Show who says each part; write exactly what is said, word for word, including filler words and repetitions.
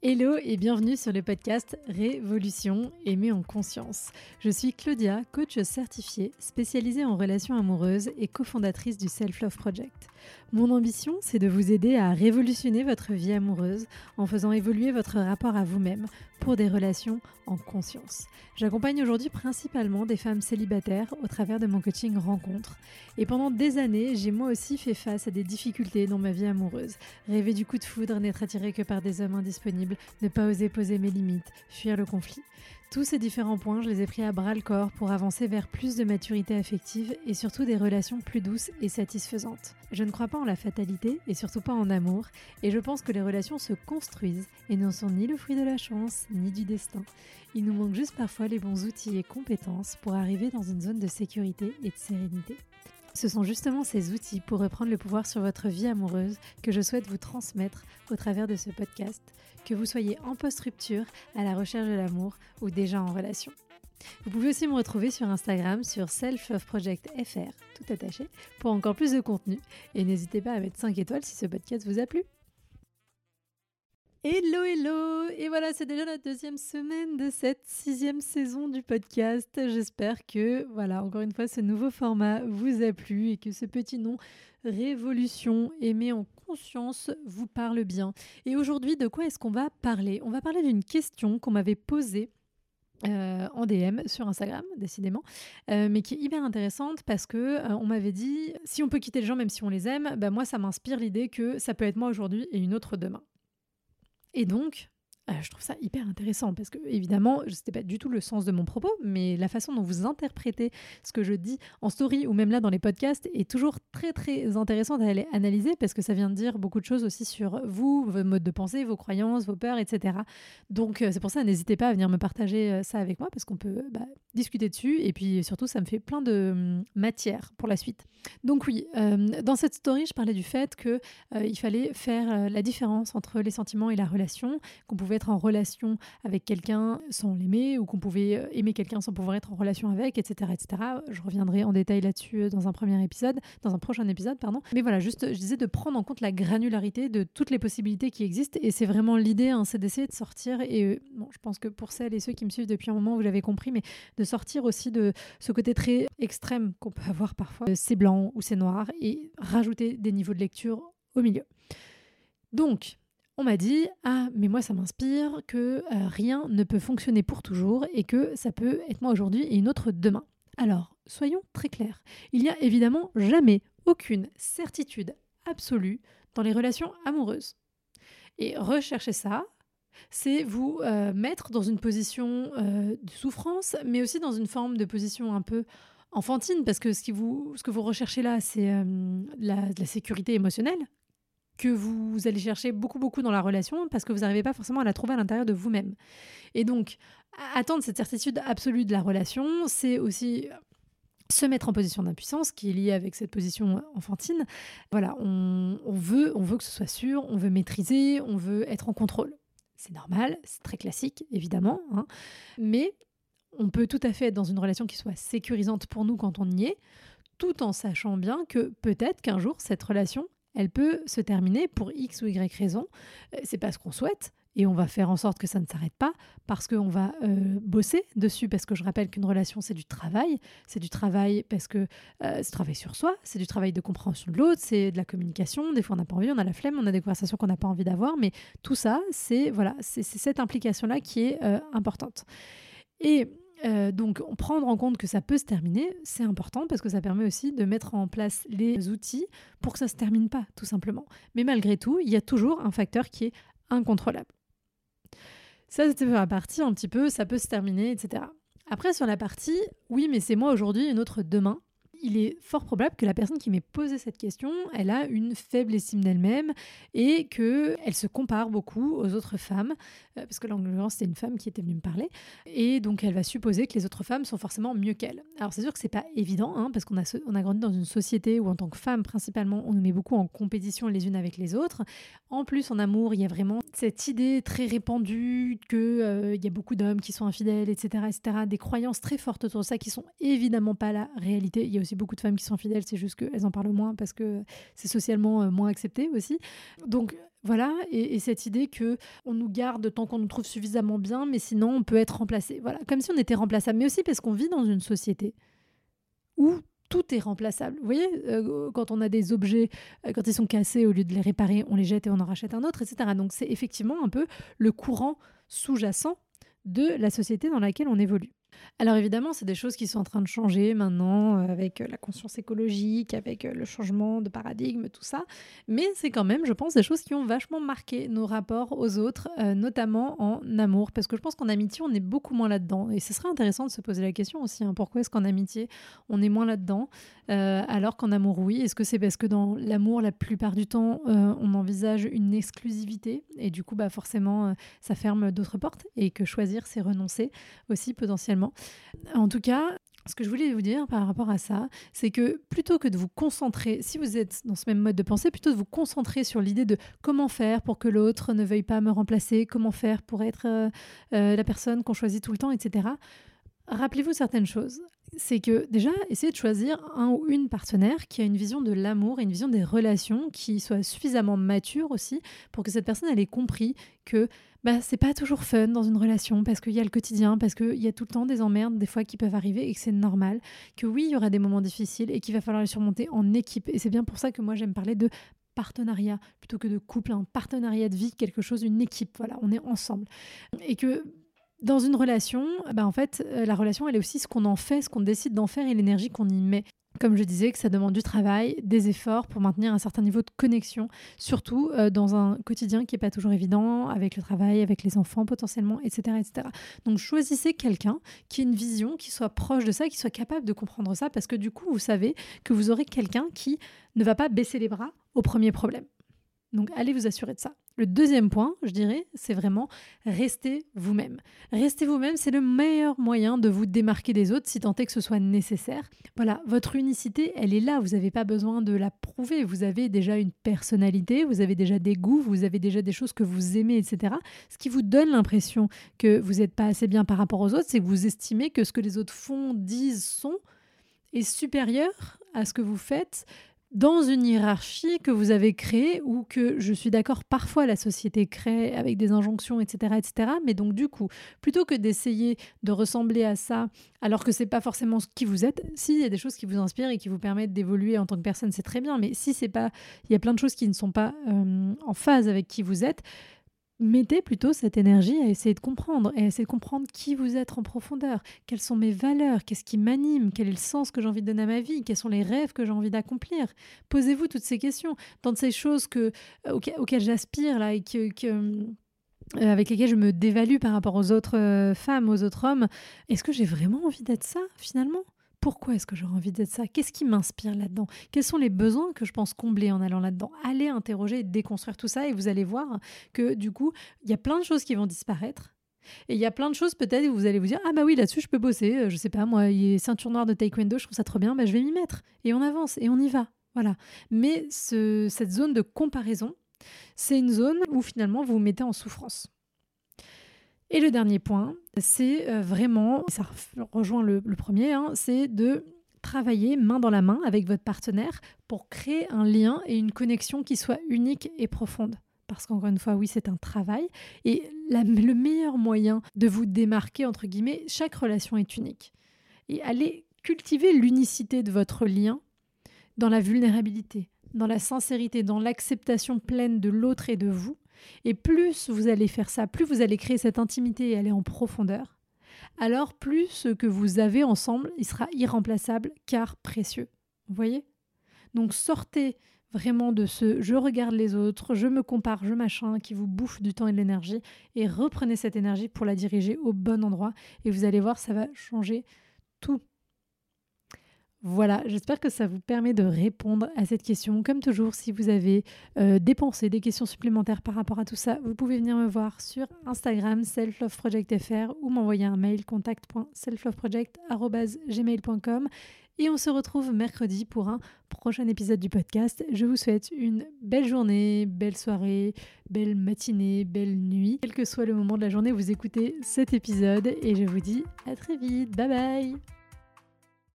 Speaker 1: Hello et bienvenue sur le podcast Révolution, aimer en conscience. Je suis Claudia, coach certifiée, spécialisée en relations amoureuses et cofondatrice du Self Love Project. Mon ambition, c'est de vous aider à révolutionner votre vie amoureuse en faisant évoluer votre rapport à vous-même pour des relations en conscience. J'accompagne aujourd'hui principalement des femmes célibataires au travers de mon coaching rencontre. Et pendant des années, j'ai moi aussi fait face à des difficultés dans ma vie amoureuse. Rêver du coup de foudre, n'être attirée que par des hommes indisponibles, ne pas oser poser mes limites, fuir le conflit. Tous ces différents points, je les ai pris à bras le corps pour avancer vers plus de maturité affective et surtout des relations plus douces et satisfaisantes. Je ne crois pas en la fatalité et surtout pas en amour, et je pense que les relations se construisent et ne sont ni le fruit de la chance ni du destin. Il nous manque juste parfois les bons outils et compétences pour arriver dans une zone de sécurité et de sérénité. Ce sont justement ces outils pour reprendre le pouvoir sur votre vie amoureuse que je souhaite vous transmettre au travers de ce podcast, que vous soyez en post-rupture, à la recherche de l'amour ou déjà en relation. Vous pouvez aussi me retrouver sur Instagram sur Self Love Project F R, tout attaché, pour encore plus de contenu. Et n'hésitez pas à mettre cinq étoiles si ce podcast vous a plu. Hello, hello! Et voilà, c'est déjà la deuxième semaine de cette sixième saison du podcast. J'espère que, voilà, encore une fois, ce nouveau format vous a plu et que ce petit nom Révolution, aimer en conscience, vous parle bien. Et aujourd'hui, de quoi est-ce qu'on va parler? On va parler d'une question qu'on m'avait posée Euh, en D M sur Instagram, décidément, euh, mais qui est hyper intéressante parce que euh, on m'avait dit si on peut quitter les gens même si on les aime, bah moi ça m'inspire l'idée que ça peut être moi aujourd'hui et une autre demain. Et donc, euh, je trouve ça hyper intéressant parce que, évidemment, ce n'était pas du tout le sens de mon propos, mais la façon dont vous interprétez ce que je dis en story ou même là dans les podcasts est toujours très très intéressante à aller analyser parce que ça vient de dire beaucoup de choses aussi sur vous, vos modes de pensée, vos croyances, vos peurs, et cetera. Donc, euh, c'est pour ça, n'hésitez pas à venir me partager euh, ça avec moi parce qu'on peut bah, discuter dessus et puis surtout, ça me fait plein de hum, matière pour la suite. Donc oui, euh, dans cette story, je parlais du fait qu'il euh, fallait faire euh, la différence entre les sentiments et la relation, qu'on pouvait être en relation avec quelqu'un sans l'aimer ou qu'on pouvait aimer quelqu'un sans pouvoir être en relation avec, et cetera, et cetera. Je reviendrai en détail là-dessus dans un premier épisode, dans un prochain épisode, pardon. Mais voilà, juste, je disais de prendre en compte la granularité de toutes les possibilités qui existent et c'est vraiment l'idée, hein, c'est d'essayer de sortir et euh, bon, je pense que pour celles et ceux qui me suivent depuis un moment, vous l'avez compris, mais de sortir aussi de ce côté très extrême qu'on peut avoir parfois, c'est blanc ou c'est noir et rajouter des niveaux de lecture au milieu. Donc, on m'a dit « Ah, mais moi, ça m'inspire que euh, rien ne peut fonctionner pour toujours et que ça peut être moi aujourd'hui et une autre demain. » Alors, soyons très clairs. Il n'y a évidemment jamais aucune certitude absolue dans les relations amoureuses. Et rechercher ça, c'est vous euh, mettre dans une position euh, de souffrance, mais aussi dans une forme de position un peu enfantine, parce que ce, qui vous, ce que vous recherchez là, c'est euh, la, de la sécurité émotionnelle, que vous allez chercher beaucoup, beaucoup dans la relation parce que vous n'arrivez pas forcément à la trouver à l'intérieur de vous-même. Et donc, attendre cette certitude absolue de la relation, c'est aussi se mettre en position d'impuissance qui est liée avec cette position enfantine. Voilà, on, on, veut, on veut que ce soit sûr, on veut maîtriser, on veut être en contrôle. C'est normal, c'est très classique, évidemment, hein, mais on peut tout à fait être dans une relation qui soit sécurisante pour nous quand on y est, tout en sachant bien que peut-être qu'un jour, cette relation elle peut se terminer pour X ou Y raison. C'est pas ce qu'on souhaite et on va faire en sorte que ça ne s'arrête pas parce qu'on va euh, bosser dessus parce que je rappelle qu'une relation, c'est du travail. C'est du travail parce que euh, c'est du travail sur soi, c'est du travail de compréhension de l'autre, c'est de la communication. Des fois, on n'a pas envie, on a la flemme, on a des conversations qu'on n'a pas envie d'avoir, mais tout ça, c'est, voilà, c'est, c'est cette implication-là qui est euh, importante. Et Euh, donc, prendre en compte que ça peut se terminer, c'est important parce que ça permet aussi de mettre en place les outils pour que ça ne se termine pas, tout simplement. Mais malgré tout, il y a toujours un facteur qui est incontrôlable. Ça, c'était la partie un petit peu, ça peut se terminer, et cetera. Après, sur la partie, oui, mais c'est moi aujourd'hui, une autre demain, il est fort probable que la personne qui m'ait posé cette question, elle a une faible estime d'elle-même et qu'elle se compare beaucoup aux autres femmes, euh, parce que là, en l'occurrence, c'était une femme qui était venue me parler, et donc elle va supposer que les autres femmes sont forcément mieux qu'elle. Alors c'est sûr que c'est pas évident, hein, parce qu'on a, on a grandi dans une société où en tant que femme, principalement, on nous met beaucoup en compétition les unes avec les autres. En plus, en amour, il y a vraiment cette idée très répandue qu'il euh, y a beaucoup d'hommes qui sont infidèles, et cetera, et cetera, des croyances très fortes autour de ça qui sont évidemment pas la réalité. Il y a aussi aussi beaucoup de femmes qui sont infidèles, c'est juste qu'elles en parlent moins parce que c'est socialement euh, moins accepté aussi. Donc voilà, et, et cette idée que on nous garde tant qu'on nous trouve suffisamment bien, mais sinon on peut être remplacé. Voilà, comme si on était remplaçable, mais aussi parce qu'on vit dans une société où tout est remplaçable. Vous voyez, euh, quand on a des objets, euh, quand ils sont cassés, au lieu de les réparer, on les jette et on en rachète un autre, et cetera. Donc c'est effectivement un peu le courant sous-jacent de la société dans laquelle on évolue. Alors évidemment, c'est des choses qui sont en train de changer maintenant euh, avec euh, la conscience écologique, avec euh, le changement de paradigme, tout ça. Mais c'est quand même, je pense, des choses qui ont vachement marqué nos rapports aux autres, euh, notamment en amour. Parce que je pense qu'en amitié, on est beaucoup moins là-dedans. Et ce serait intéressant de se poser la question aussi, hein, pourquoi est-ce qu'en amitié, on est moins là-dedans euh, alors qu'en amour, oui. Est-ce que c'est parce que dans l'amour, la plupart du temps, euh, on envisage une exclusivité et du coup, bah, forcément, euh, ça ferme d'autres portes et que choisir, c'est renoncer aussi potentiellement. En tout cas, ce que je voulais vous dire par rapport à ça, c'est que plutôt que de vous concentrer, si vous êtes dans ce même mode de pensée, plutôt de vous concentrer sur l'idée de comment faire pour que l'autre ne veuille pas me remplacer, comment faire pour être euh, euh, la personne qu'on choisit tout le temps, et cetera. Rappelez-vous certaines choses. C'est que déjà, essayez de choisir un ou une partenaire qui a une vision de l'amour et une vision des relations qui soit suffisamment mature aussi pour que cette personne elle ait compris que bah, c'est pas toujours fun dans une relation parce qu'il y a le quotidien, parce qu'il y a tout le temps des emmerdes des fois qui peuvent arriver et que c'est normal, que oui, il y aura des moments difficiles et qu'il va falloir les surmonter en équipe. Et c'est bien pour ça que moi, j'aime parler de partenariat plutôt que de couple, un partenariat de vie, quelque chose, une équipe. Voilà, on est ensemble. Et que dans une relation, bah en fait, euh, la relation, elle est aussi ce qu'on en fait, ce qu'on décide d'en faire et l'énergie qu'on y met. Comme je disais, que ça demande du travail, des efforts pour maintenir un certain niveau de connexion, surtout euh, dans un quotidien qui n'est pas toujours évident, avec le travail, avec les enfants potentiellement, et cetera, et cetera. Donc choisissez quelqu'un qui ait une vision, qui soit proche de ça, qui soit capable de comprendre ça, parce que du coup, vous savez que vous aurez quelqu'un qui ne va pas baisser les bras au premier problème. Donc, allez vous assurer de ça. Le deuxième point, je dirais, c'est vraiment rester vous-même. Rester vous-même, c'est le meilleur moyen de vous démarquer des autres, si tant est que ce soit nécessaire. Voilà, votre unicité, elle est là. Vous n'avez pas besoin de la prouver. Vous avez déjà une personnalité, vous avez déjà des goûts, vous avez déjà des choses que vous aimez, et cetera. Ce qui vous donne l'impression que vous n'êtes pas assez bien par rapport aux autres, c'est que vous estimez que ce que les autres font, disent, sont est supérieur à ce que vous faites dans une hiérarchie que vous avez créée ou que, je suis d'accord, parfois la société crée avec des injonctions, et cetera, et cetera. Mais donc, du coup, plutôt que d'essayer de ressembler à ça, alors que c'est pas forcément ce qui vous êtes, s'il y a des choses qui vous inspirent et qui vous permettent d'évoluer en tant que personne, c'est très bien. Mais si c'est pas, il y a plein de choses qui ne sont pas euh, en phase avec qui vous êtes, mettez plutôt cette énergie à essayer de comprendre et à essayer de comprendre qui vous êtes en profondeur, quelles sont mes valeurs, qu'est-ce qui m'anime, quel est le sens que j'ai envie de donner à ma vie, quels sont les rêves que j'ai envie d'accomplir. Posez-vous toutes ces questions. Dans ces choses que, auxquelles, auxquelles j'aspire là, et que, que, euh, avec lesquelles je me dévalue par rapport aux autres euh, femmes, aux autres hommes, est-ce que j'ai vraiment envie d'être ça finalement ? Pourquoi est-ce que j'aurais envie d'être ça ? Qu'est-ce qui m'inspire là-dedans ? Quels sont les besoins que je pense combler en allant là-dedans ? Allez interroger et déconstruire tout ça et vous allez voir que du coup, il y a plein de choses qui vont disparaître. Et il y a plein de choses peut-être où vous allez vous dire « Ah bah oui, là-dessus, je peux bosser. Je sais pas, moi, il y a ceinture noire de taekwondo, je trouve ça trop bien. Bah, je vais m'y mettre. » Et on avance et on y va. Voilà. Mais ce, cette zone de comparaison, c'est une zone où finalement vous vous mettez en souffrance. Et le dernier point, c'est euh, vraiment, ça rejoint le, le premier, hein, c'est de travailler main dans la main avec votre partenaire pour créer un lien et une connexion qui soit unique et profonde. Parce qu'encore une fois, oui, c'est un travail. Et la, le meilleur moyen de vous démarquer, entre guillemets, chaque relation est unique. Et allez cultiver l'unicité de votre lien dans la vulnérabilité, dans la sincérité, dans l'acceptation pleine de l'autre et de vous. Et plus vous allez faire ça, plus vous allez créer cette intimité et aller en profondeur, alors plus ce que vous avez ensemble, il sera irremplaçable car précieux. Vous voyez ? Donc sortez vraiment de ce « je regarde les autres, je me compare, je machin » qui vous bouffe du temps et de l'énergie et reprenez cette énergie pour la diriger au bon endroit et vous allez voir, ça va changer tout. Voilà, j'espère que ça vous permet de répondre à cette question. Comme toujours, si vous avez euh, des pensées, des questions supplémentaires par rapport à tout ça, vous pouvez venir me voir sur Instagram, selfloveprojectfr ou m'envoyer un mail contact point selfloveproject arobase gmail point com. Et on se retrouve mercredi pour un prochain épisode du podcast. Je vous souhaite une belle journée, belle soirée, belle matinée, belle nuit. Quel que soit le moment de la journée où vous écoutez cet épisode. Et je vous dis à très vite. Bye bye.